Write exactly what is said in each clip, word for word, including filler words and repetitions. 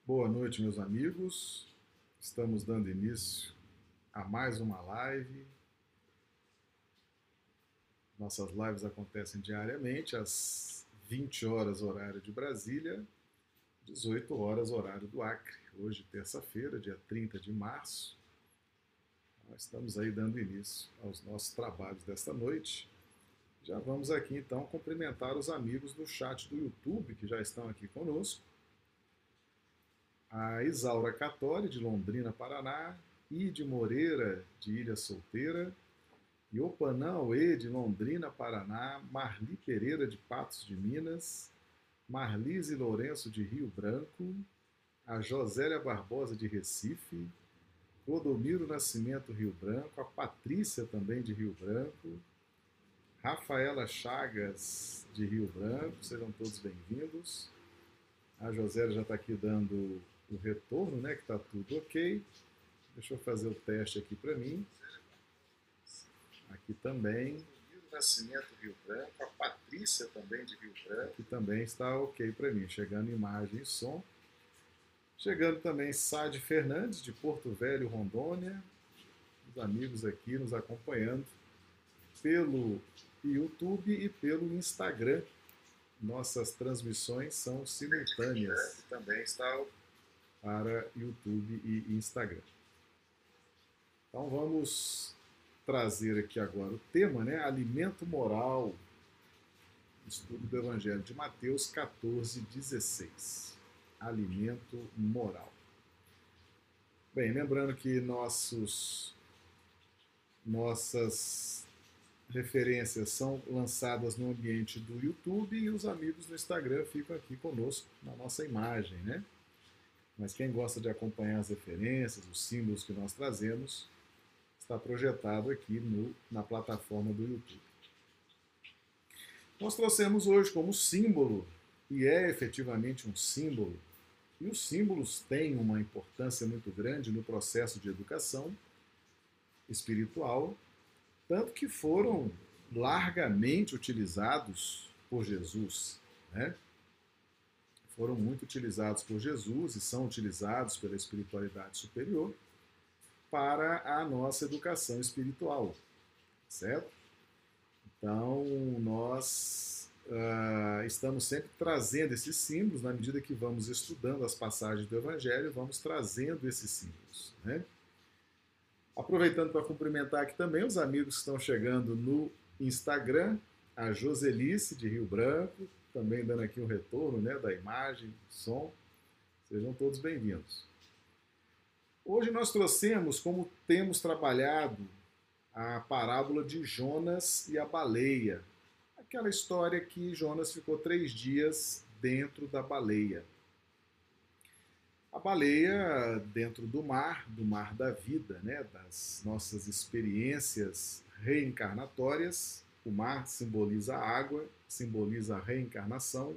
Boa noite, meus amigos. Estamos dando início a mais uma live. Nossas lives acontecem diariamente às vinte horas, horário de Brasília, dezoito horas, horário do Acre. Hoje, terça-feira, dia trinta de março. Nós estamos aí dando início aos nossos trabalhos desta noite. Já vamos aqui, então, cumprimentar os amigos do chat do YouTube que já estão aqui conosco. A Isaura Catori, de Londrina, Paraná, Ide Moreira, de Ilha Solteira, Iopanã Aue, de Londrina, Paraná, Marli Pereira, de Patos de Minas, Marlise Lourenço, de Rio Branco, a Josélia Barbosa, de Recife, Clodomiro Nascimento, Rio Branco, a Patrícia, também de Rio Branco, Rafaela Chagas, de Rio Branco, sejam todos bem-vindos. A Josélia já está aqui dando o retorno, né, que está tudo ok. Deixa eu fazer o teste aqui para mim. Aqui também. Nascimento Rio Branco, a Patrícia também de Rio Branco. Aqui também está ok para mim, chegando imagem e som. Chegando também Sade Fernandes, de Porto Velho, Rondônia. Os amigos aqui nos acompanhando pelo YouTube e pelo Instagram. Nossas transmissões são simultâneas. Também está para YouTube e Instagram. Então vamos trazer aqui agora o tema, né? Alimento moral. Estudo do Evangelho de Mateus quatorze, dezesseis. Alimento moral. Bem, lembrando que nossos, nossas referências são lançadas no ambiente do YouTube e os amigos do Instagram ficam aqui conosco na nossa imagem, né? Mas quem gosta de acompanhar as referências, os símbolos que nós trazemos, está projetado aqui no, na plataforma do YouTube. Nós trouxemos hoje como símbolo, e é efetivamente um símbolo, e os símbolos têm uma importância muito grande no processo de educação espiritual, tanto que foram largamente utilizados por Jesus, né? Foram muito utilizados por Jesus e são utilizados pela espiritualidade superior para a nossa educação espiritual, certo? Então, nós uh, estamos sempre trazendo esses símbolos, na medida que vamos estudando as passagens do Evangelho, vamos trazendo esses símbolos, né? Aproveitando para cumprimentar aqui também os amigos que estão chegando no Instagram, a Joselice, de Rio Branco, também dando aqui um retorno, né, da imagem, do som. Sejam todos bem-vindos. Hoje nós trouxemos, como temos trabalhado, a parábola de Jonas e a baleia. Aquela história que Jonas ficou três dias dentro da baleia. A baleia dentro do mar, do mar da vida, né, das nossas experiências reencarnatórias. O mar simboliza a água, simboliza a reencarnação.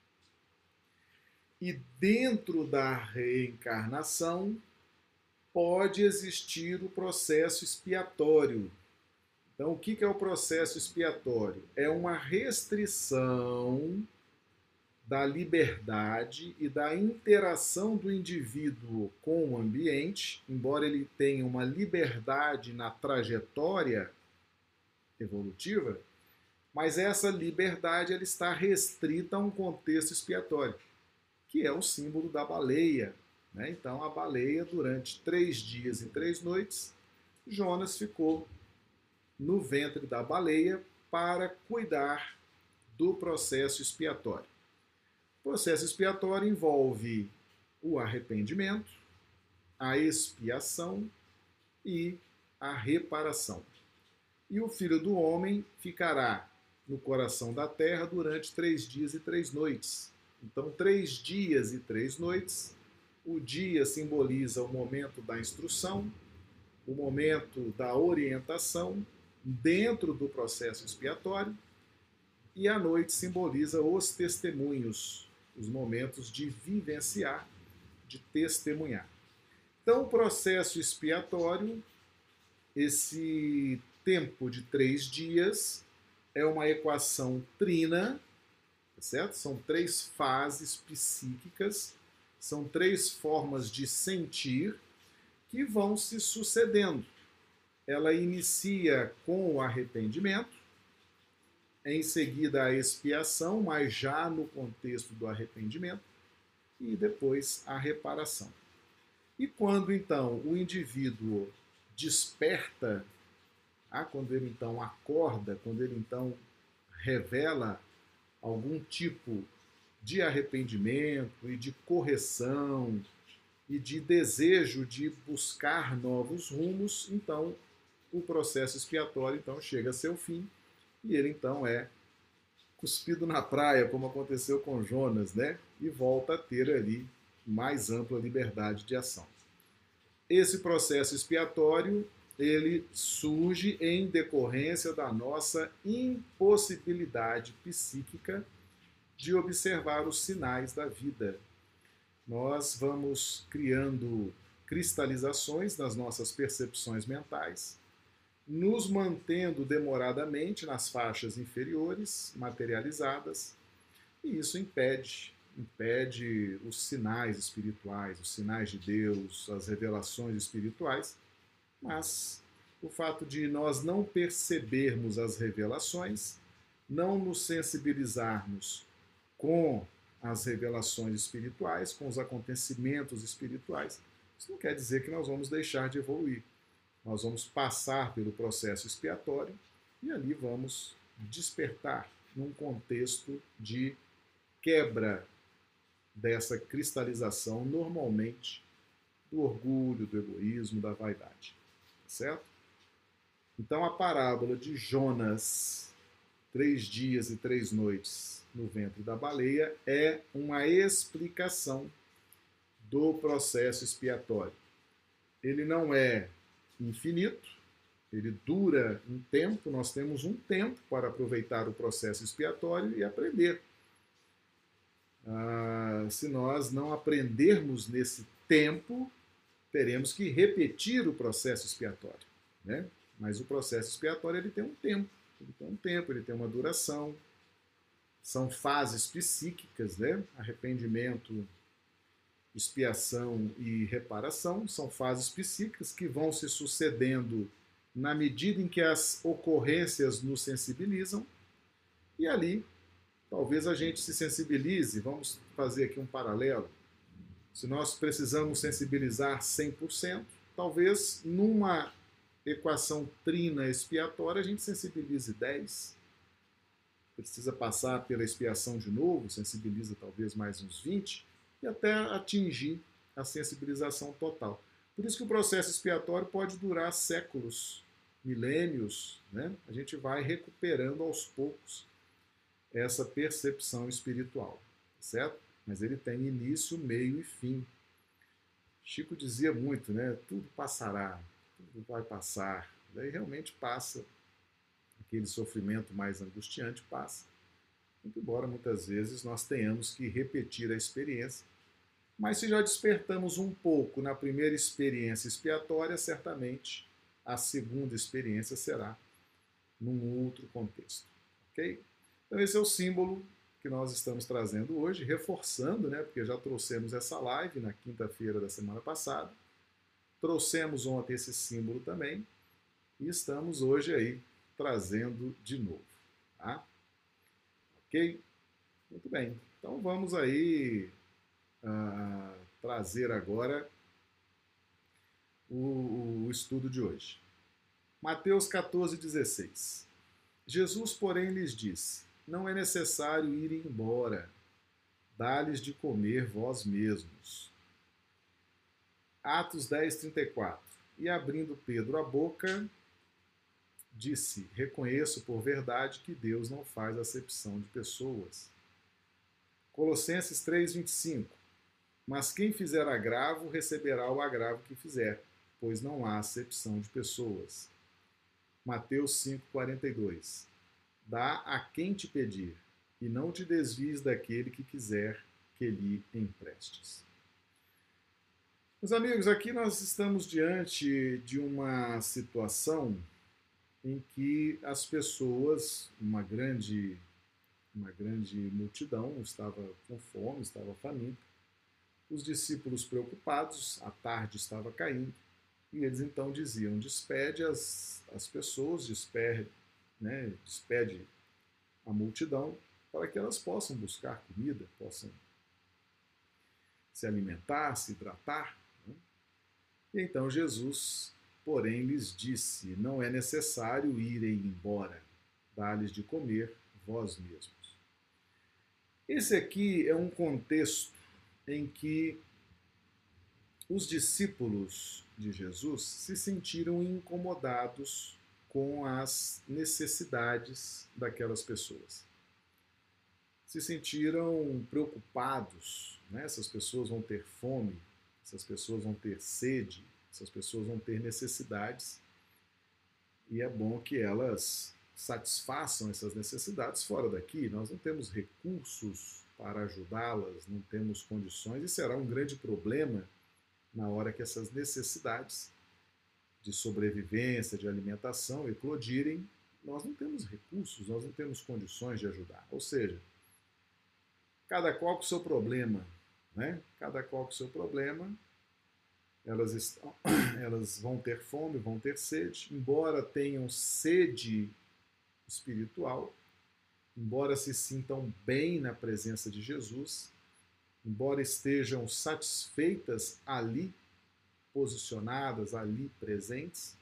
E dentro da reencarnação pode existir o processo expiatório. Então, o que é o processo expiatório? É uma restrição da liberdade e da interação do indivíduo com o ambiente, embora ele tenha uma liberdade na trajetória evolutiva, mas essa liberdade ela está restrita a um contexto expiatório, que é o símbolo da baleia, né? Então, a baleia, durante três dias e três noites, Jonas ficou no ventre da baleia para cuidar do processo expiatório. O processo expiatório envolve o arrependimento, a expiação e a reparação. E o Filho do Homem ficará no coração da terra durante três dias e três noites. Então, três dias e três noites. O dia simboliza o momento da instrução, o momento da orientação dentro do processo expiatório, e a noite simboliza os testemunhos, os momentos de vivenciar, de testemunhar. Então, o processo expiatório, esse tempo de três dias, é uma equação trina, tá certo? São três fases psíquicas São três formas de sentir que vão se sucedendo. Ela inicia com o arrependimento, em seguida a expiação, mas já no contexto do arrependimento, e depois a reparação. E quando então o indivíduo desperta, ah, quando ele então acorda, quando ele então revela algum tipo de arrependimento e de correção e de desejo de buscar novos rumos, então o processo expiatório então chega a seu fim e ele então é cuspido na praia, como aconteceu com Jonas, né? E volta a ter ali mais ampla liberdade de ação. Esse processo expiatório, ele surge em decorrência da nossa impossibilidade psíquica de observar os sinais da vida. Nós vamos criando cristalizações nas nossas percepções mentais, nos mantendo demoradamente nas faixas inferiores, materializadas, e isso impede, impede os sinais espirituais, os sinais de Deus, as revelações espirituais, mas o fato de nós não percebermos as revelações, não nos sensibilizarmos com as revelações espirituais, com os acontecimentos espirituais, isso não quer dizer que nós vamos deixar de evoluir. Nós vamos passar pelo processo expiatório e ali vamos despertar num contexto de quebra dessa cristalização, normalmente, do orgulho, do egoísmo, da vaidade. Certo? Então a parábola de Jonas, três dias e três noites no ventre da baleia, é uma explicação do processo expiatório. Ele não é infinito, ele dura um tempo, nós temos um tempo para aproveitar o processo expiatório e aprender. Ah, se nós não aprendermos nesse tempo, teremos que repetir o processo expiatório, né? Mas o processo expiatório ele tem um tempo, ele tem um tempo, ele tem uma duração, são fases psíquicas, né? Arrependimento, expiação e reparação são fases psíquicas que vão se sucedendo na medida em que as ocorrências nos sensibilizam e ali talvez a gente se sensibilize. Vamos fazer aqui um paralelo. Se nós precisamos sensibilizar cem por cento, talvez numa equação trina expiatória a gente sensibilize dez. Precisa passar pela expiação de novo, sensibiliza talvez mais uns vinte, e até atingir a sensibilização total. Por isso que o processo expiatório pode durar séculos, milênios, né? A gente vai recuperando aos poucos essa percepção espiritual, certo? Mas ele tem início, meio e fim. Chico dizia muito, né? Tudo passará, tudo vai passar. Daí realmente passa. Aquele sofrimento mais angustiante passa. Embora muitas vezes nós tenhamos que repetir a experiência. Mas se já despertamos um pouco na primeira experiência expiatória, certamente a segunda experiência será num outro contexto. Ok? Então esse é o símbolo que nós estamos trazendo hoje, reforçando, né, porque já trouxemos essa live na quinta-feira da semana passada, trouxemos ontem esse símbolo também, e estamos hoje aí trazendo de novo. Tá? Ok? Muito bem. Então vamos aí uh, trazer agora o, o estudo de hoje. Mateus quatorze, dezesseis. Jesus, porém, lhes disse: não é necessário ir embora, dá-lhes de comer vós mesmos. Atos dez, trinta e quatro. E abrindo Pedro a boca, disse: reconheço por verdade que Deus não faz acepção de pessoas. Colossenses três, vinte e cinco. Mas quem fizer agravo, receberá o agravo que fizer, pois não há acepção de pessoas. Mateus cinco, quarenta e dois. Dá a quem te pedir, e não te desvies daquele que quiser que lhe emprestes. Meus amigos, aqui nós estamos diante de uma situação em que as pessoas, uma grande, uma grande multidão, estava com fome, estava faminta, Os discípulos preocupados, a tarde estava caindo, e eles então diziam: despede as, as pessoas, despede, né, despede a multidão, para que elas possam buscar comida, possam se alimentar, se hidratar. Né? E então Jesus, porém, lhes disse: não é necessário irem embora, dá-lhes de comer vós mesmos. Esse aqui é um contexto em que os discípulos de Jesus se sentiram incomodados com as necessidades daquelas pessoas. Se sentiram preocupados, né? Essas pessoas vão ter fome, essas pessoas vão ter sede, essas pessoas vão ter necessidades, e é bom que elas satisfaçam essas necessidades fora daqui. Nós não temos recursos para ajudá-las, não temos condições, e será um grande problema na hora que essas necessidades de sobrevivência, de alimentação eclodirem. Nós não temos recursos, nós não temos condições de ajudar. Ou seja, cada qual com o seu problema, né? Cada qual com o seu problema. Elas, estão, elas vão ter fome, vão ter sede, embora tenham sede espiritual, embora se sintam bem na presença de Jesus, embora estejam satisfeitas ali, posicionadas ali, presentes,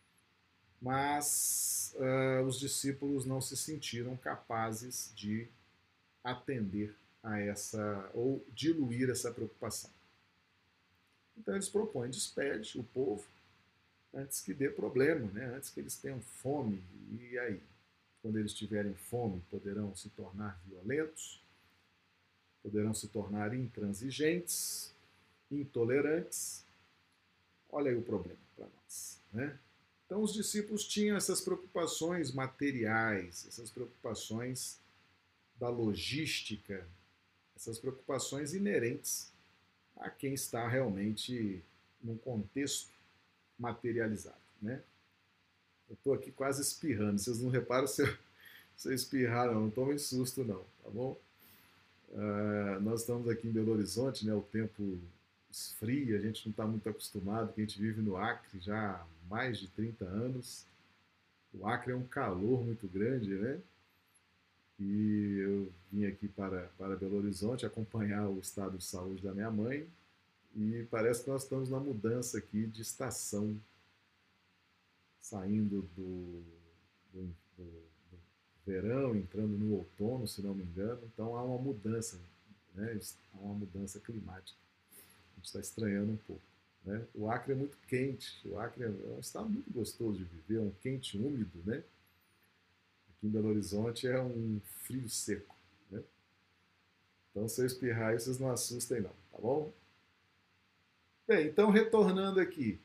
mas uh, os discípulos não se sentiram capazes de atender a essa, ou diluir essa preocupação. Então eles propõem: despede o povo antes que dê problema, né? Antes que eles tenham fome. E aí, quando eles tiverem fome, poderão se tornar violentos, poderão se tornar intransigentes, intolerantes. Olha aí o problema para nós, né? Então os discípulos tinham essas preocupações materiais, essas preocupações da logística, essas preocupações inerentes a quem está realmente num contexto materializado, né? Eu estou aqui quase espirrando, vocês não reparam se eu, se eu espirrar, não, não tomem susto não, tá bom? Uh, nós estamos aqui em Belo Horizonte, né? O tempo esfria, a gente não está muito acostumado, que a gente vive no Acre já há mais de trinta anos. O Acre é um calor muito grande, né? E eu vim aqui para, para Belo Horizonte acompanhar o estado de saúde da minha mãe, e parece que nós estamos na mudança aqui de estação, saindo do, do, do, do verão, entrando no outono, se não me engano. Então há uma mudança, né? Há uma mudança climática. A gente está estranhando um pouco. Né? O Acre é muito quente, o Acre é um estado muito gostoso de viver, é um quente úmido, né? Aqui em Belo Horizonte é um frio seco, né? Então, se eu espirrar aí, vocês não assustem não, tá bom? Bem, então, retornando aqui.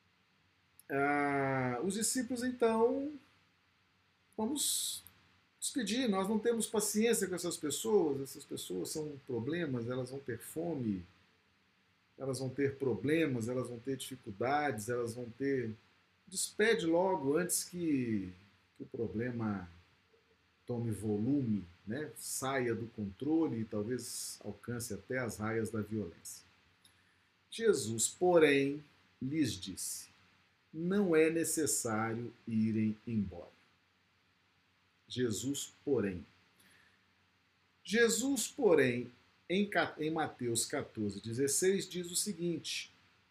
Ah, os discípulos, então, vamos despedir. Nós não temos paciência com essas pessoas, essas pessoas são problemas, elas vão ter fome, elas vão ter problemas, elas vão ter dificuldades, elas vão ter... Despede logo antes que, que o problema tome volume, né? Saia do controle e talvez alcance até as raias da violência. Jesus, porém, lhes disse: não é necessário irem embora. Jesus, porém. Jesus, porém, em Mateus catorze, dezesseis, diz o seguinte: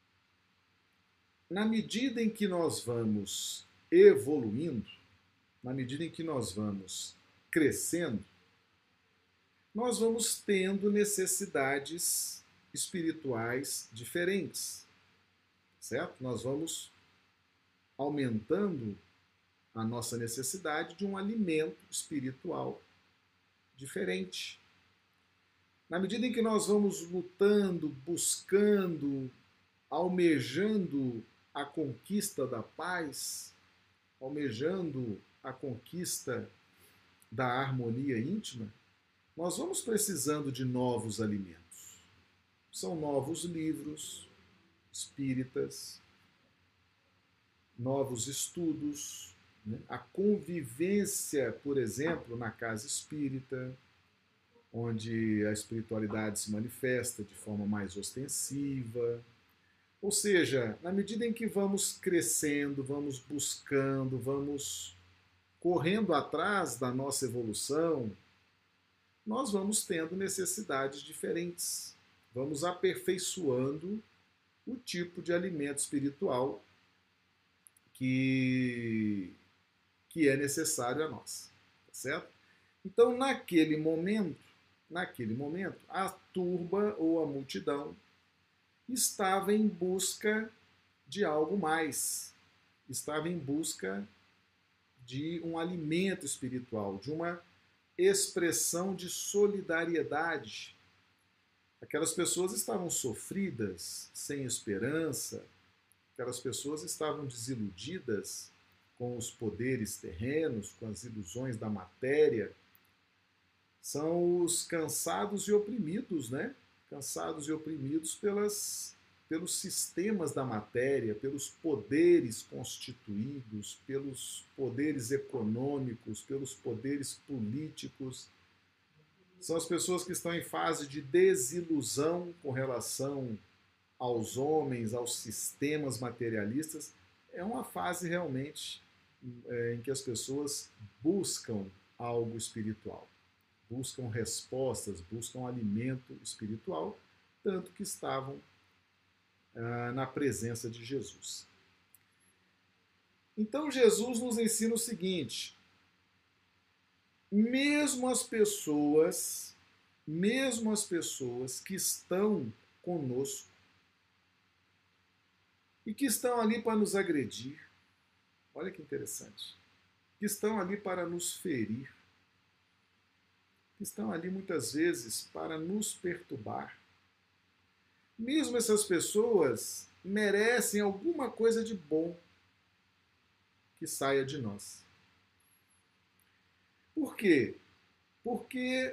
na medida em que nós vamos evoluindo, na medida em que nós vamos crescendo, nós vamos tendo necessidades espirituais diferentes, certo? Nós vamos aumentando a nossa necessidade de um alimento espiritual diferente. Na medida em que nós vamos lutando, buscando, almejando a conquista da paz, almejando a conquista da harmonia íntima, nós vamos precisando de novos alimentos. São novos livros espíritas, novos estudos, né? A convivência, por exemplo, na casa espírita, onde a espiritualidade se manifesta de forma mais ostensiva. Ou seja, na medida em que vamos crescendo, vamos buscando, vamos correndo atrás da nossa evolução, nós vamos tendo necessidades diferentes. Vamos aperfeiçoando o tipo de alimento espiritual que, que é necessário a nós. Tá certo? Então, naquele momento, naquele momento, a turba ou a multidão estava em busca de algo mais. Estava em busca de um alimento espiritual, de uma expressão de solidariedade. Aquelas pessoas estavam sofridas, sem esperança, aquelas pessoas estavam desiludidas com os poderes terrenos, com as ilusões da matéria. São os cansados e oprimidos, né? Cansados e oprimidos pelas, pelos sistemas da matéria, pelos poderes constituídos, pelos poderes econômicos, pelos poderes políticos. São as pessoas que estão em fase de desilusão com relação aos homens, aos sistemas materialistas. É uma fase realmente é, em que as pessoas buscam algo espiritual, buscam respostas, buscam alimento espiritual, tanto que estavam ah, na presença de Jesus. Então Jesus nos ensina o seguinte: mesmo as pessoas, mesmo as pessoas que estão conosco e que estão ali para nos agredir, olha que interessante, que estão ali para nos ferir, que estão ali muitas vezes para nos perturbar, mesmo essas pessoas merecem alguma coisa de bom que saia de nós. Por quê? Porque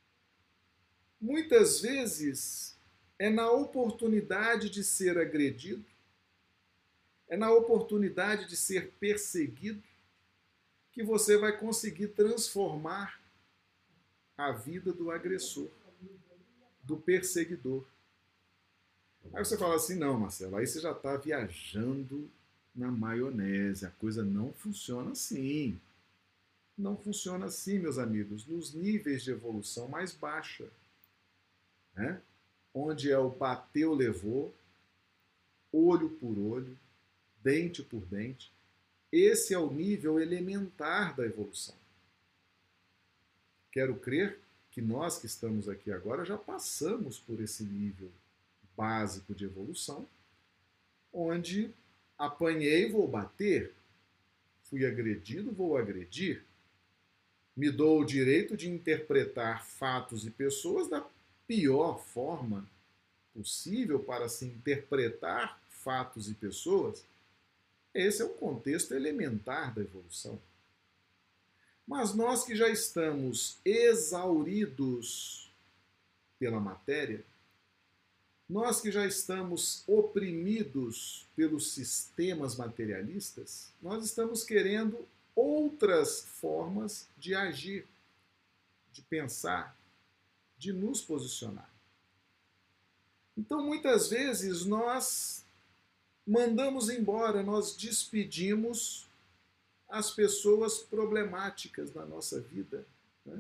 muitas vezes é na oportunidade de ser agredido, é na oportunidade de ser perseguido, que você vai conseguir transformar a vida do agressor, do perseguidor. Aí você fala assim, não, Marcelo, aí você já está viajando na maionese, a coisa não funciona assim. Não funciona assim, meus amigos, nos níveis de evolução mais baixa, né? Onde é o bateu, levou, olho por olho, dente por dente. Esse é o nível elementar da evolução. Quero crer que nós que estamos aqui agora já passamos por esse nível básico de evolução, onde apanhei, vou bater, fui agredido, vou agredir, me dou o direito de interpretar fatos e pessoas da pior forma possível para se interpretar fatos e pessoas. Esse é o contexto elementar da evolução. Mas nós que já estamos exauridos pela matéria, nós que já estamos oprimidos pelos sistemas materialistas, nós estamos querendo outras formas de agir, de pensar, de nos posicionar. Então, muitas vezes, nós mandamos embora, nós despedimos as pessoas problemáticas na nossa vida, né?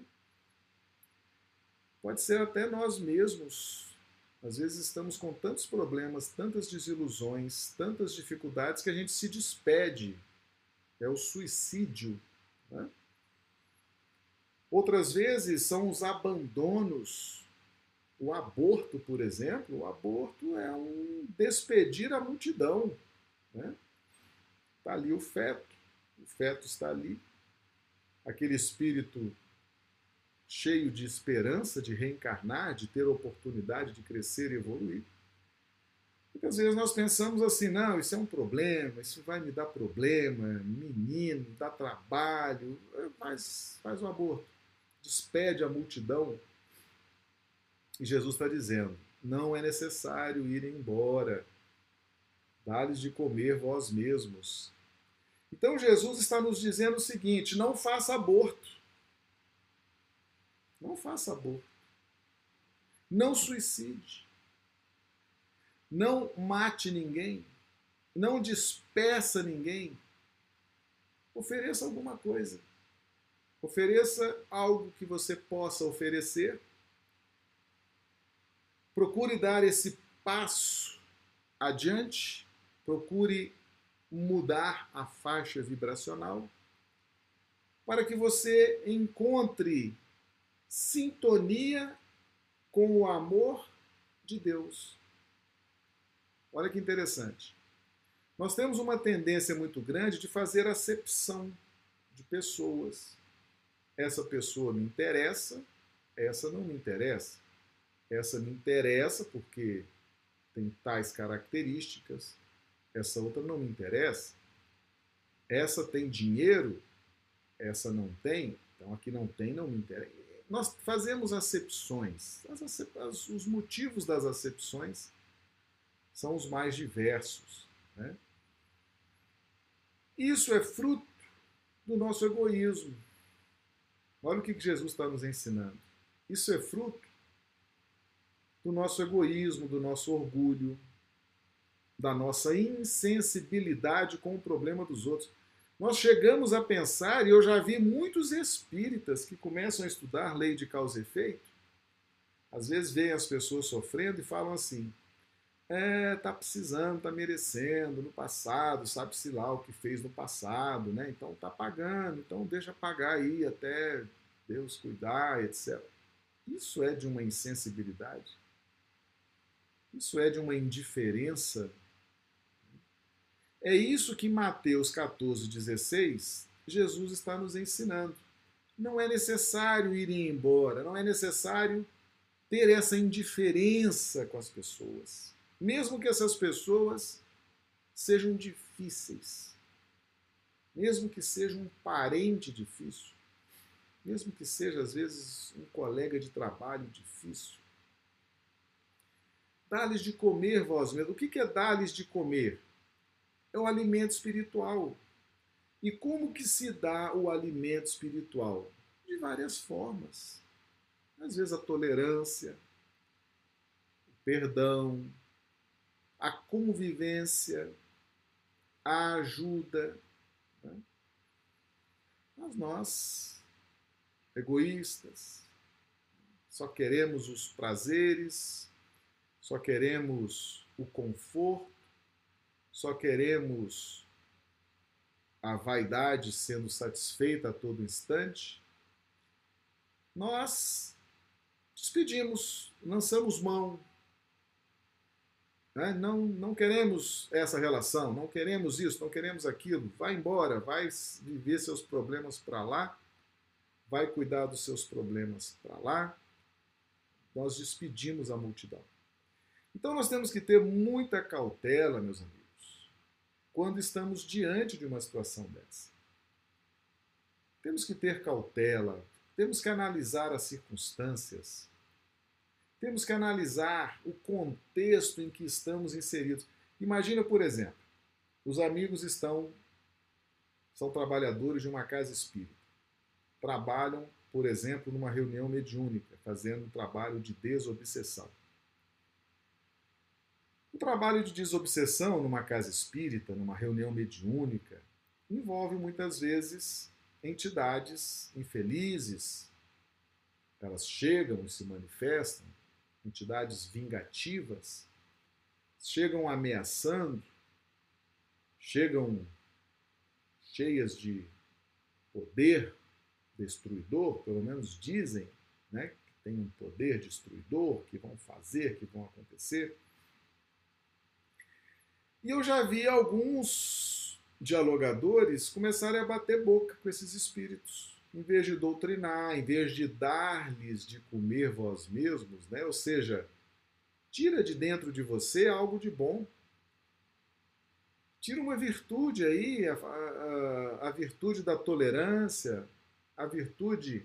Pode ser até nós mesmos. Às vezes estamos com tantos problemas, tantas desilusões, tantas dificuldades que a gente se despede. É o suicídio, né? Outras vezes são os abandonos. O aborto, por exemplo, o aborto é um despedir a multidão, né? Está ali o feto, o feto está ali, aquele espírito cheio de esperança de reencarnar, de ter a oportunidade de crescer e evoluir. Porque às vezes nós pensamos assim, não, isso é um problema, isso vai me dar problema, menino, dá trabalho, faz, faz o aborto, despede a multidão. E Jesus está dizendo, não é necessário ir embora, dá-lhes de comer vós mesmos. Então Jesus está nos dizendo o seguinte, não faça aborto. Não faça aborto. Não suicide. Não mate ninguém. Não despeça ninguém. Ofereça alguma coisa. Ofereça algo que você possa oferecer. Procure dar esse passo adiante. Procure mudar a faixa vibracional para que você encontre sintonia com o amor de Deus. Olha que interessante. Nós temos uma tendência muito grande de fazer acepção de pessoas. Essa pessoa me interessa, essa não me interessa. Essa me interessa porque tem tais características, essa outra não me interessa. Essa tem dinheiro, essa não tem, então aqui não tem, não me interessa. Nós fazemos acepções. As acep... Os motivos das acepções são os mais diversos, né? Isso é fruto do nosso egoísmo. Olha o que Jesus está nos ensinando. Isso é fruto do nosso egoísmo, do nosso orgulho, da nossa insensibilidade com o problema dos outros. Nós chegamos a pensar, e eu já vi muitos espíritas que começam a estudar lei de causa e efeito, às vezes veem as pessoas sofrendo e falam assim, é, tá precisando, tá merecendo, no passado, sabe-se lá o que fez no passado, né? Então tá pagando, então deixa pagar aí até Deus cuidar, etcétera. Isso é de uma insensibilidade. Isso é de uma indiferença. É isso que Mateus quatorze, dezesseis, Jesus está nos ensinando. Não é necessário ir embora, não é necessário ter essa indiferença com as pessoas. Mesmo que essas pessoas sejam difíceis, mesmo que seja um parente difícil, mesmo que seja, às vezes, um colega de trabalho difícil. Dá-lhes de comer vós mesmos. O que é dar-lhes de comer? É o alimento espiritual. E como que se dá o alimento espiritual? De várias formas. Às vezes a tolerância, o perdão, a convivência, a ajuda. Né? Mas nós, egoístas, só queremos os prazeres, só queremos o conforto, só queremos a vaidade sendo satisfeita a todo instante. Nós despedimos, lançamos mão. Né? Não, não queremos essa relação, não queremos isso, não queremos aquilo. Vai embora, vai viver seus problemas para lá, vai cuidar dos seus problemas para lá. Nós despedimos a multidão. Então nós temos que ter muita cautela, meus amigos, quando estamos diante de uma situação dessa. Temos que ter cautela, temos que analisar as circunstâncias, temos que analisar o contexto em que estamos inseridos. Imagina, por exemplo, os amigos estão, são trabalhadores de uma casa espírita, trabalham, por exemplo, numa reunião mediúnica, fazendo um trabalho de desobsessão. O trabalho de desobsessão numa casa espírita, numa reunião mediúnica, envolve muitas vezes entidades infelizes. Elas chegam e se manifestam, entidades vingativas, chegam ameaçando, chegam cheias de poder destruidor, pelo menos dizem, né, que tem um poder destruidor, que vão fazer, que vão acontecer. E eu já vi alguns dialogadores começarem a bater boca com esses espíritos, em vez de doutrinar, em vez de dar-lhes de comer vós mesmos, né? Ou seja, tira de dentro de você algo de bom. Tira uma virtude aí, a, a, a virtude da tolerância, a virtude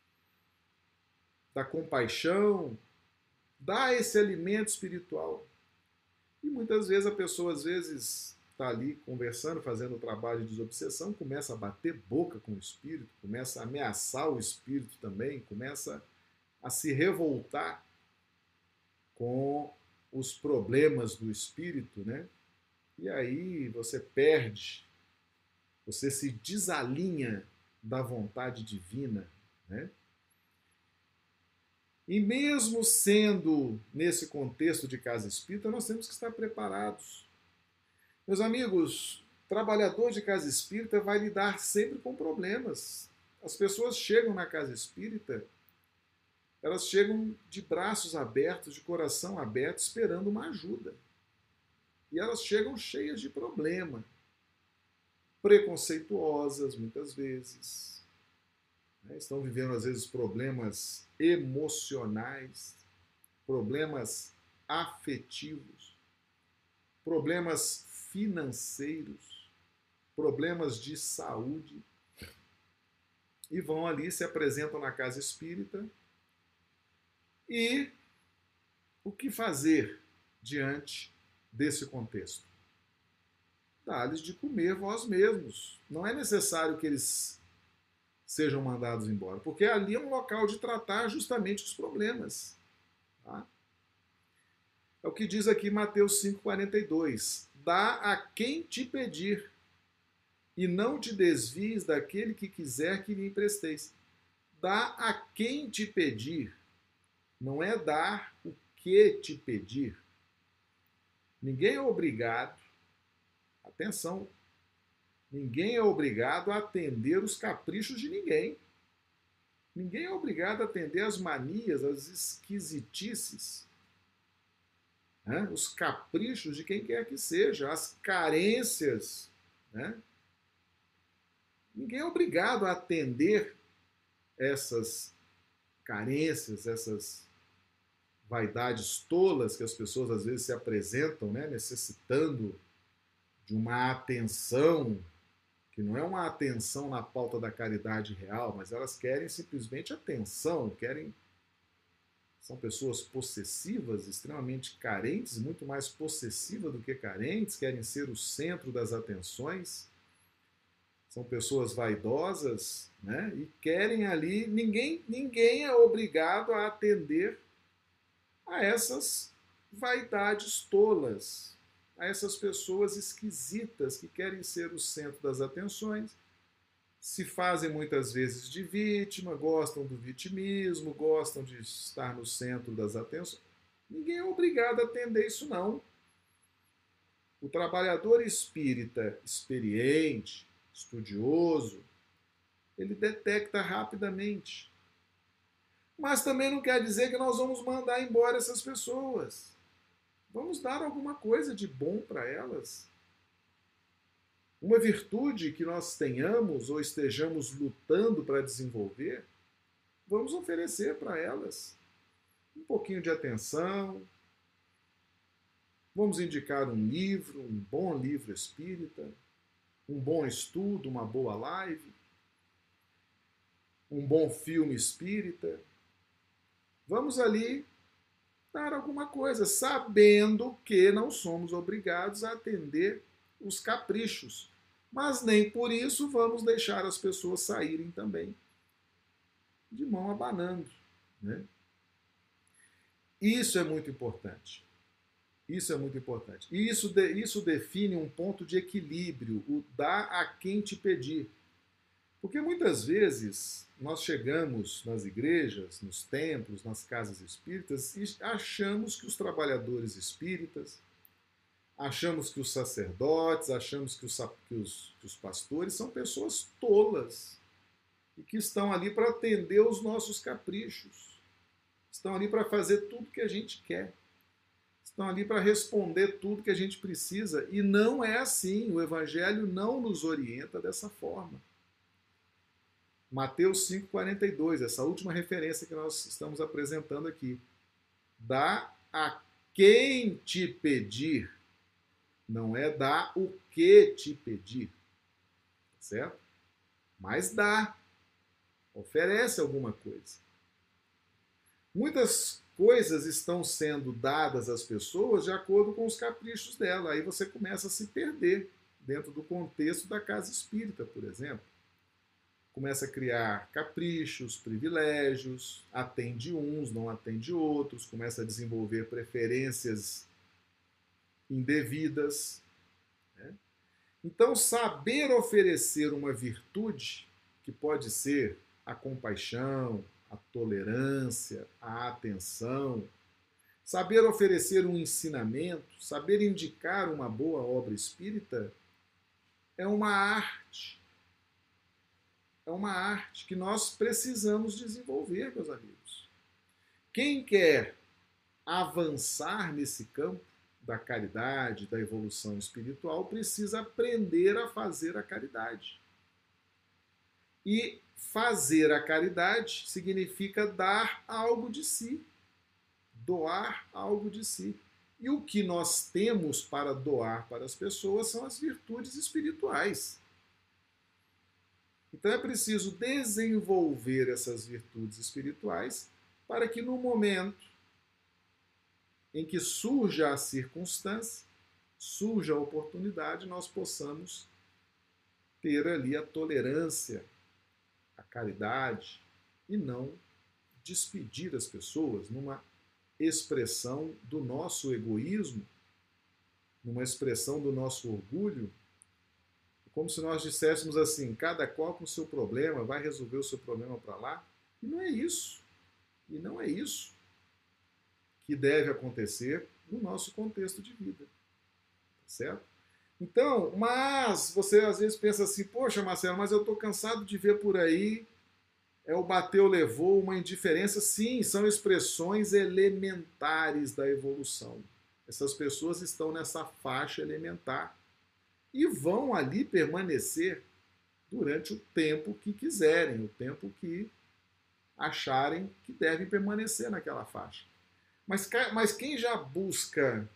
da compaixão, dá esse alimento espiritual. E muitas vezes a pessoa, às vezes, está ali conversando, fazendo o trabalho de desobsessão, começa a bater boca com o espírito, começa a ameaçar o espírito também, começa a se revoltar. com os problemas do espírito, né? E aí você perde, você se desalinha da vontade divina, né? E mesmo sendo nesse contexto de casa espírita, nós temos que estar preparados. Meus amigos, trabalhador de casa espírita vai lidar sempre com problemas. As pessoas chegam na casa espírita, elas chegam de braços abertos, de coração aberto, esperando uma ajuda. E elas chegam cheias de problema, preconceituosas muitas vezes, né? Estão vivendo às vezes problemas emocionais, problemas afetivos, problemas financeiros, problemas de saúde, e vão ali, se apresentam na casa espírita. E o que fazer diante desse contexto? Dá-lhes de comer vós mesmos. Não é necessário que eles sejam mandados embora, porque ali é um local de tratar justamente os problemas. Tá? É o que diz aqui Mateus cinco, quarenta e dois. Dá a quem te pedir, e não te desvies daquele que quiser que lhe empresteis. Dá a quem te pedir. Não é dar o que te pedir. Ninguém é obrigado, atenção, ninguém é obrigado a atender os caprichos de ninguém. Ninguém é obrigado a atender as manias, as esquisitices, né? Os caprichos de quem quer que seja, as carências, né? Ninguém é obrigado a atender essas carências, essas vaidades tolas que as pessoas às vezes se apresentam, né, necessitando de uma atenção, que não é uma atenção na pauta da caridade real, mas elas querem simplesmente atenção, querem... São pessoas possessivas, extremamente carentes, muito mais possessivas do que carentes, querem ser o centro das atenções. São pessoas vaidosas, né? E querem ali... Ninguém, ninguém é obrigado a atender a essas vaidades tolas, a essas pessoas esquisitas que querem ser o centro das atenções, se fazem muitas vezes de vítima, gostam do vitimismo, gostam de estar no centro das atenções. Ninguém é obrigado a atender isso, não. O trabalhador espírita experiente, estudioso, ele detecta rapidamente. Mas também não quer dizer que nós vamos mandar embora essas pessoas. Vamos dar alguma coisa de bom para elas. Uma virtude que nós tenhamos ou estejamos lutando para desenvolver, vamos oferecer para elas um pouquinho de atenção. Vamos indicar um livro, um bom livro espírita, um bom estudo, uma boa live, um bom filme espírita. Vamos ali dar alguma coisa, sabendo que não somos obrigados a atender os caprichos. Mas nem por isso vamos deixar as pessoas saírem também de mão abanando, né? Isso é muito importante. Isso é muito importante. E isso, de, isso define um ponto de equilíbrio, o dar a quem te pedir. Porque muitas vezes nós chegamos nas igrejas, nos templos, nas casas espíritas e achamos que os trabalhadores espíritas, achamos que os sacerdotes, achamos que os, que os, que os pastores são pessoas tolas e que estão ali para atender os nossos caprichos, estão ali para fazer tudo que a gente quer, estão ali para responder tudo que a gente precisa. E não é assim, o Evangelho não nos orienta dessa forma. Mateus cinco, quarenta e dois, essa última referência que nós estamos apresentando aqui. Dá a quem te pedir, não é dá o que te pedir, certo? Mas dá, oferece alguma coisa. Muitas coisas estão sendo dadas às pessoas de acordo com os caprichos dela. Aí você começa a se perder dentro do contexto da casa espírita, por exemplo. começa a criar caprichos, privilégios, atende uns, não atende outros, começa a desenvolver preferências indevidas, né? Então, saber oferecer uma virtude, que pode ser a compaixão, a tolerância, a atenção, saber oferecer um ensinamento, saber indicar uma boa obra espírita, é uma arte. É uma arte que nós precisamos desenvolver, meus amigos. Quem quer avançar nesse campo da caridade, da evolução espiritual, precisa aprender a fazer a caridade. E fazer a caridade significa dar algo de si, doar algo de si. E o que nós temos para doar para as pessoas são as virtudes espirituais. Então é preciso desenvolver essas virtudes espirituais para que no momento em que surja a circunstância, surja a oportunidade, nós possamos ter ali a tolerância, a caridade e não despedir as pessoas numa expressão do nosso egoísmo, numa expressão do nosso orgulho, como se nós disséssemos assim, cada qual com o seu problema, vai resolver o seu problema para lá. E não é isso. E não é isso que deve acontecer no nosso contexto de vida. Certo? Então, mas você às vezes pensa assim, poxa, Marcelo, mas eu estou cansado de ver por aí, é o bateu, levou, uma indiferença. Sim, são expressões elementares da evolução. Essas pessoas estão nessa faixa elementar e vão ali permanecer durante o tempo que quiserem, o tempo que acharem que devem permanecer naquela faixa. Mas, mas quem já busca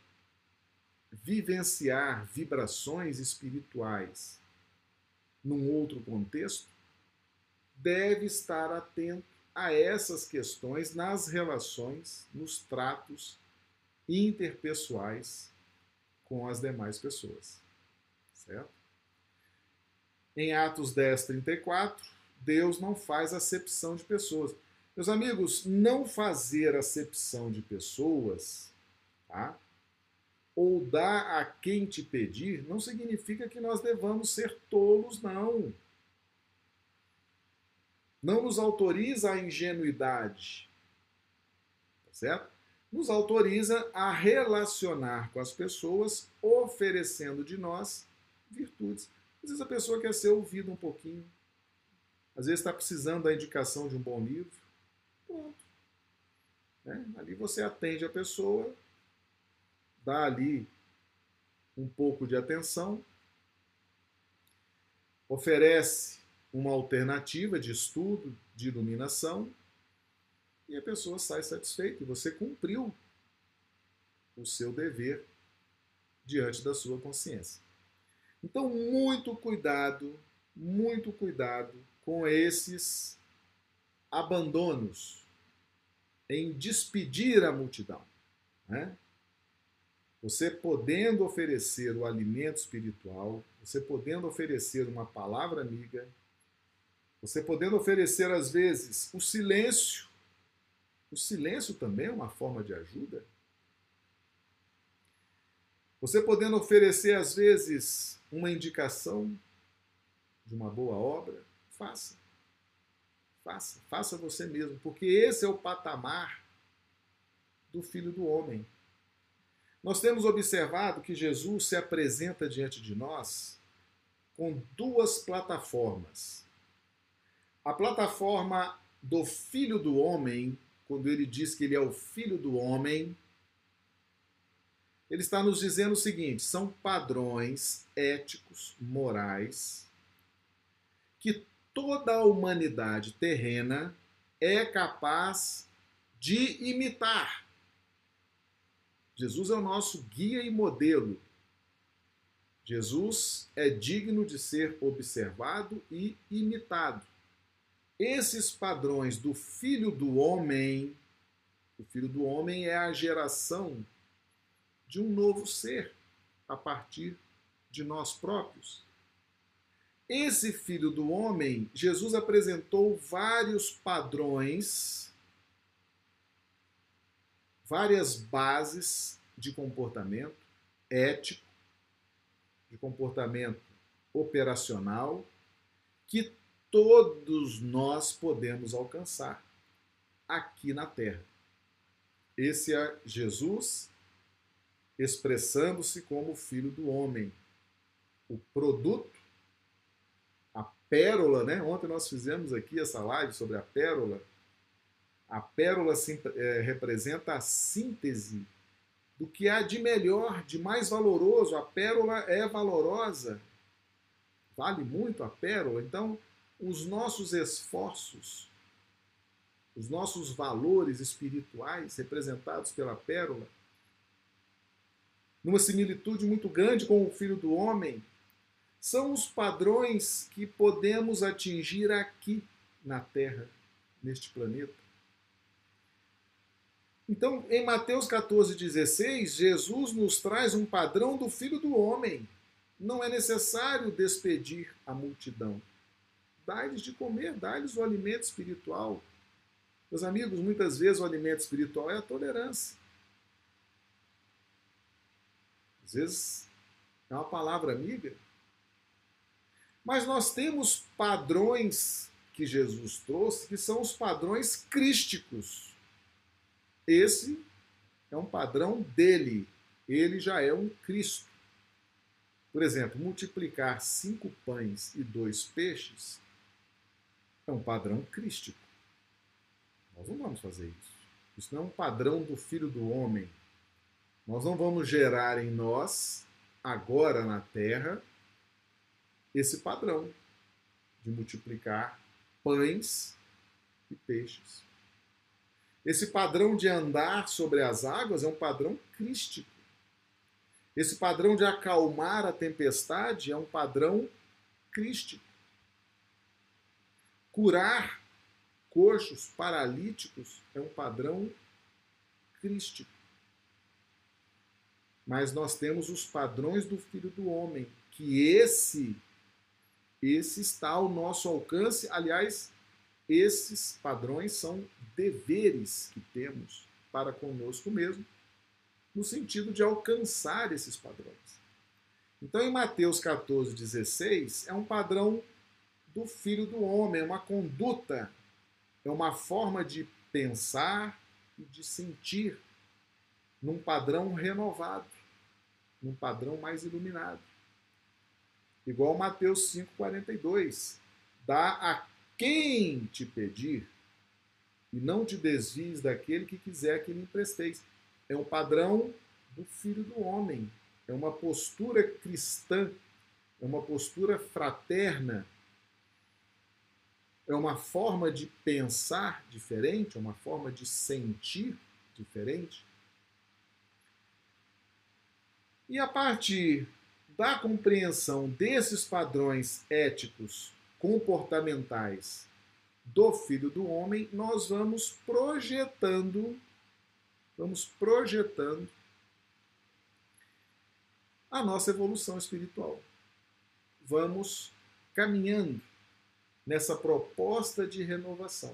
vivenciar vibrações espirituais num outro contexto, deve estar atento a essas questões nas relações, nos tratos interpessoais com as demais pessoas. Certo? Em Atos dez, trinta e quatro, Deus não faz acepção de pessoas. Meus amigos, não fazer acepção de pessoas, tá? Ou dar a quem te pedir, não significa que nós devamos ser tolos, não. Não nos autoriza a ingenuidade, tá certo? Nos autoriza a relacionar com as pessoas, oferecendo de nós virtudes. Às vezes a pessoa quer ser ouvida um pouquinho, às vezes está precisando da indicação de um bom livro, pronto. Né? Ali você atende a pessoa, dá ali um pouco de atenção, oferece uma alternativa de estudo, de iluminação, e a pessoa sai satisfeita, e você cumpriu o seu dever diante da sua consciência. Então, muito cuidado, muito cuidado com esses abandonos em despedir a multidão, né? Você podendo oferecer o alimento espiritual, você podendo oferecer uma palavra amiga, você podendo oferecer, às vezes, o silêncio. O silêncio também é uma forma de ajuda. Você podendo oferecer, às vezes, uma indicação de uma boa obra, faça. Faça. Faça você mesmo, porque esse é o patamar do Filho do Homem. Nós temos observado que Jesus se apresenta diante de nós com duas plataformas. A plataforma do Filho do Homem, quando ele diz que ele é o Filho do Homem, ele está nos dizendo o seguinte, são padrões éticos, morais, que toda a humanidade terrena é capaz de imitar. Jesus é o nosso guia e modelo. Jesus é digno de ser observado e imitado. Esses padrões do Filho do Homem, o Filho do Homem é a geração de um novo ser a partir de nós próprios. Esse filho do homem, Jesus apresentou vários padrões, várias bases de comportamento ético, de comportamento operacional, que todos nós podemos alcançar aqui na Terra. Esse é Jesus expressando-se como Filho do Homem. O produto, a pérola, né? Ontem nós fizemos aqui essa live sobre a pérola. A pérola é, representa a síntese do que há de melhor, de mais valoroso. A pérola é valorosa. Vale muito a pérola. Então, os nossos esforços, os nossos valores espirituais representados pela pérola, numa similitude muito grande com o Filho do Homem, são os padrões que podemos atingir aqui na Terra, neste planeta. Então, em Mateus catorze, dezesseis, Jesus nos traz um padrão do Filho do Homem. Não é necessário despedir a multidão. Dá-lhes de comer, dá-lhes o alimento espiritual. Meus amigos, muitas vezes o alimento espiritual é a tolerância. Às vezes é uma palavra amiga. Mas nós temos padrões que Jesus trouxe, que são os padrões crísticos. Esse é um padrão dele. Ele já é um Cristo. Por exemplo, multiplicar cinco pães e dois peixes é um padrão crístico. Nós não vamos fazer isso. Isso não é um padrão do Filho do Homem. Nós não vamos gerar em nós, agora na Terra, esse padrão de multiplicar pães e peixes. Esse padrão de andar sobre as águas é um padrão crístico. Esse padrão de acalmar a tempestade é um padrão crístico. Curar coxos, paralíticos, é um padrão crístico. Mas nós temos os padrões do Filho do Homem, que esse, esse está ao nosso alcance. Aliás, esses padrões são deveres que temos para conosco mesmo, no sentido de alcançar esses padrões. Então, em Mateus catorze, dezesseis, é um padrão do Filho do Homem, é uma conduta, é uma forma de pensar e de sentir num padrão renovado, num padrão mais iluminado. Igual Mateus cinco, quarenta e dois. Dá a quem te pedir e não te desvies daquele que quiser que lhe empresteis. É um padrão do Filho do Homem. É uma postura cristã, é uma postura fraterna, é uma forma de pensar diferente, é uma forma de sentir diferente. E a partir da compreensão desses padrões éticos, comportamentais do Filho do Homem, nós vamos projetando, vamos projetando a nossa evolução espiritual. Vamos caminhando nessa proposta de renovação.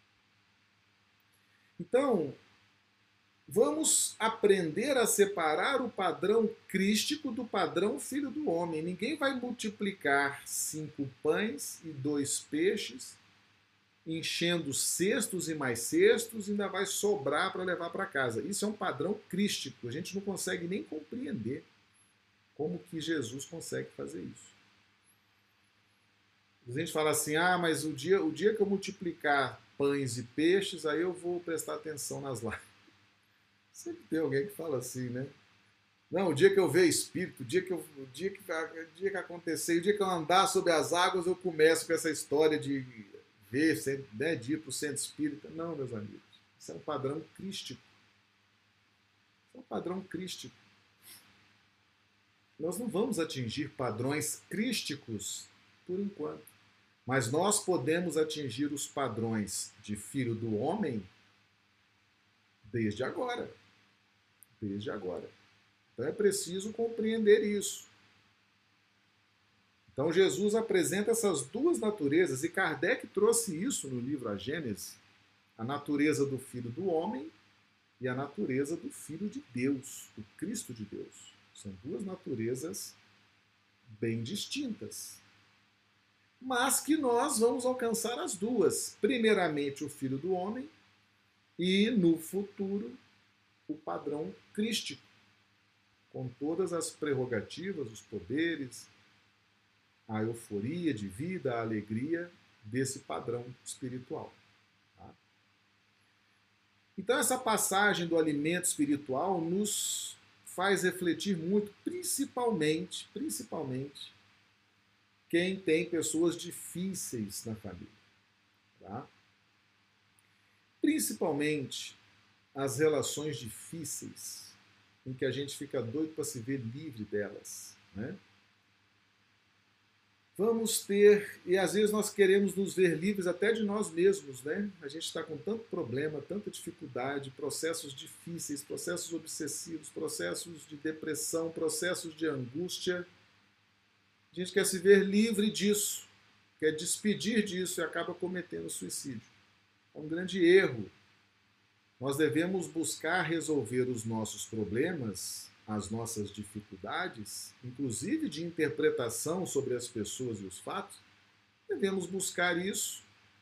Então, vamos aprender a separar o padrão crístico do padrão Filho do Homem. Ninguém vai multiplicar cinco pães e dois peixes, enchendo cestos e mais cestos, e ainda vai sobrar para levar para casa. Isso é um padrão crístico. A gente não consegue nem compreender como que Jesus consegue fazer isso. A gente fala assim, ah, mas o dia, o dia que eu multiplicar pães e peixes, aí eu vou prestar atenção nas lives. Sempre tem alguém que fala assim, né? Não, o dia que eu ver espírito, o dia que, eu, o dia que, o dia que acontecer, o dia que eu andar sobre as águas, eu começo com essa história de ver, né, de ir para o centro espírita. Não, meus amigos. Isso é um padrão crístico. Isso é um padrão crístico. Nós não vamos atingir padrões crísticos por enquanto. Mas nós podemos atingir os padrões de Filho do Homem desde agora. Desde agora. Então é preciso compreender isso. Então Jesus apresenta essas duas naturezas, e Kardec trouxe isso no livro A Gênese, a natureza do Filho do Homem e a natureza do Filho de Deus, o Cristo de Deus. São duas naturezas bem distintas, mas que nós vamos alcançar as duas. Primeiramente o Filho do Homem e, no futuro, o padrão crístico, com todas as prerrogativas, os poderes, a euforia de vida, a alegria desse padrão espiritual. Tá? Então essa passagem do alimento espiritual nos faz refletir muito, principalmente, principalmente, quem tem pessoas difíceis na família. Tá? Principalmente as relações difíceis, em que a gente fica doido para se ver livre delas, né? Vamos ter, e às vezes nós queremos nos ver livres até de nós mesmos, né? A gente está com tanto problema, tanta dificuldade, processos difíceis, processos obsessivos, processos de depressão, processos de angústia. A gente quer se ver livre disso, quer despedir disso e acaba cometendo suicídio. É um grande erro. Nós devemos buscar resolver os nossos problemas, as nossas dificuldades, inclusive de interpretação sobre as pessoas e os fatos. Devemos buscar isso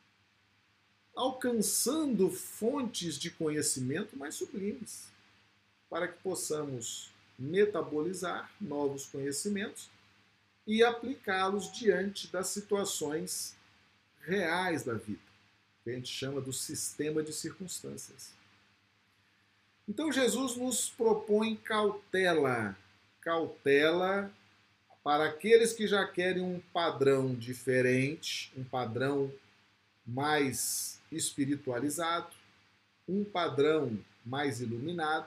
alcançando fontes de conhecimento mais sublimes, para que possamos metabolizar novos conhecimentos e aplicá-los diante das situações reais da vida, que a gente chama do sistema de circunstâncias. Então Jesus nos propõe cautela, cautela para aqueles que já querem um padrão diferente, um padrão mais espiritualizado, um padrão mais iluminado.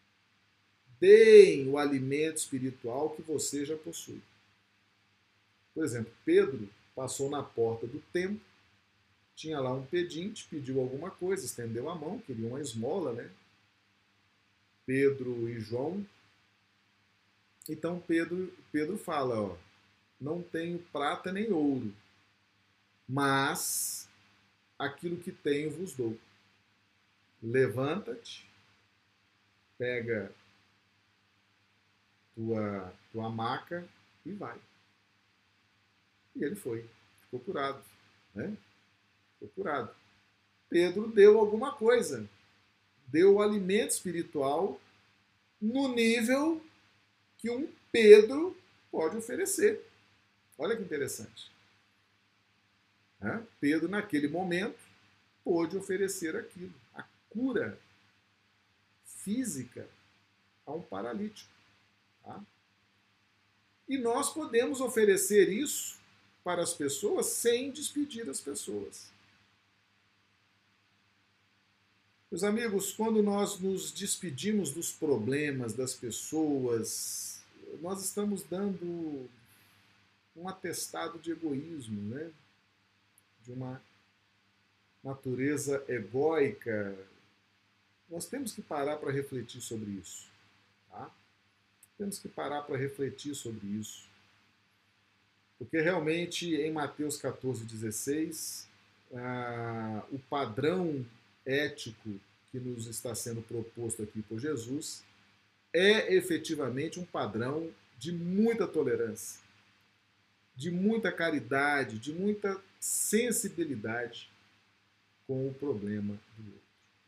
Deem o alimento espiritual que você já possui. Por exemplo, Pedro passou na porta do templo, tinha lá um pedinte, pediu alguma coisa, estendeu a mão, queria uma esmola, né? Pedro e João. Então Pedro, Pedro fala, ó, não tenho prata nem ouro, mas aquilo que tenho vos dou. Levanta-te, pega tua, tua maca e vai. E ele foi, ficou curado, né? Ficou curado. Pedro deu alguma coisa, deu o alimento espiritual no nível que um Pedro pode oferecer. Olha que interessante. É? Pedro, naquele momento, pôde oferecer aquilo, a cura física a um paralítico. Tá? E nós podemos oferecer isso para as pessoas sem despedir as pessoas. Meus amigos, quando nós nos despedimos dos problemas das pessoas, nós estamos dando um atestado de egoísmo, né? De uma natureza egóica. Nós temos que parar para refletir sobre isso. Tá? Temos que parar para refletir sobre isso. Porque realmente em Mateus quatorze, dezesseis, ah, o padrão ético que nos está sendo proposto aqui por Jesus é efetivamente um padrão de muita tolerância, de muita caridade, de muita sensibilidade com o problema do outro.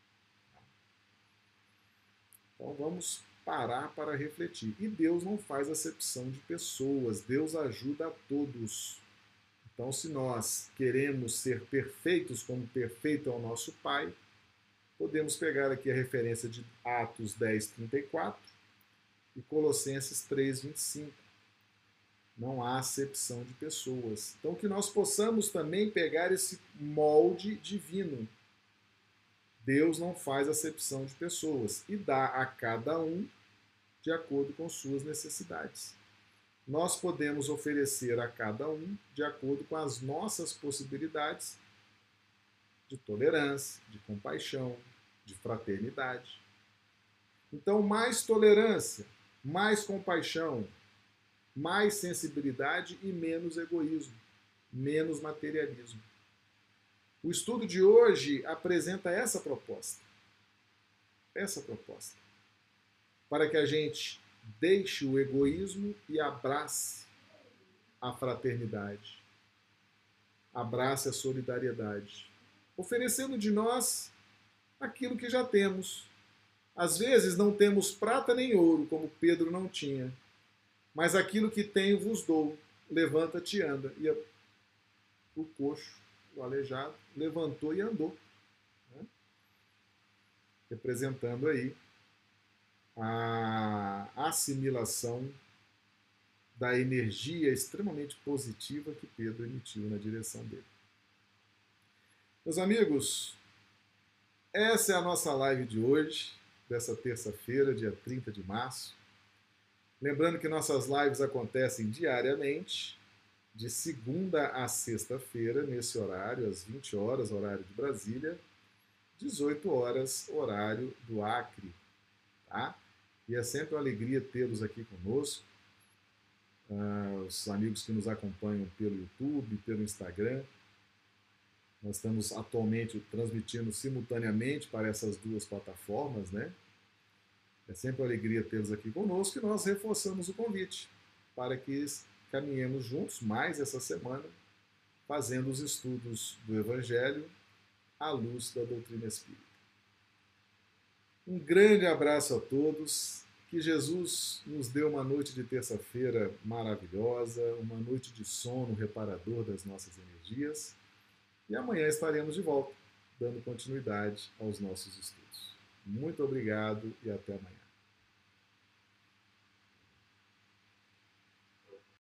Então vamos parar para refletir. E Deus não faz acepção de pessoas, Deus ajuda a todos. Então, se nós queremos ser perfeitos como perfeito é o nosso Pai, podemos pegar aqui a referência de Atos dez, trinta e quatro e Colossenses três, vinte e cinco. Não há acepção de pessoas. Então, que nós possamos também pegar esse molde divino. Deus não faz acepção de pessoas e dá a cada um de acordo com suas necessidades. Nós podemos oferecer a cada um de acordo com as nossas possibilidades de tolerância, de compaixão, de fraternidade. Então, mais tolerância, mais compaixão, mais sensibilidade e menos egoísmo, menos materialismo. O estudo de hoje apresenta essa proposta. Essa proposta. Para que a gente deixe o egoísmo e abrace a fraternidade. Abrace a solidariedade. Oferecendo de nós aquilo que já temos. Às vezes não temos prata nem ouro, como Pedro não tinha. Mas aquilo que tenho vos dou. Levanta-te e anda. E o coxo, o aleijado, levantou e andou. Né? Representando aí a assimilação da energia extremamente positiva que Pedro emitiu na direção dele. Meus amigos, essa é a nossa live de hoje, dessa terça-feira, dia trinta de março. Lembrando que nossas lives acontecem diariamente, de segunda a sexta-feira, nesse horário, às vinte horas, horário de Brasília, dezoito horas, horário do Acre. Tá? E é sempre uma alegria tê-los aqui conosco. Uh, os amigos que nos acompanham pelo YouTube, pelo Instagram. Nós estamos atualmente transmitindo simultaneamente para essas duas plataformas, né? É sempre uma alegria tê-los aqui conosco e nós reforçamos o convite para que caminhemos juntos mais essa semana, fazendo os estudos do Evangelho à luz da doutrina espírita. Um grande abraço a todos. Que Jesus nos dê uma noite de terça-feira maravilhosa, uma noite de sono reparador das nossas energias. E amanhã estaremos de volta, dando continuidade aos nossos estudos. Muito obrigado e até amanhã.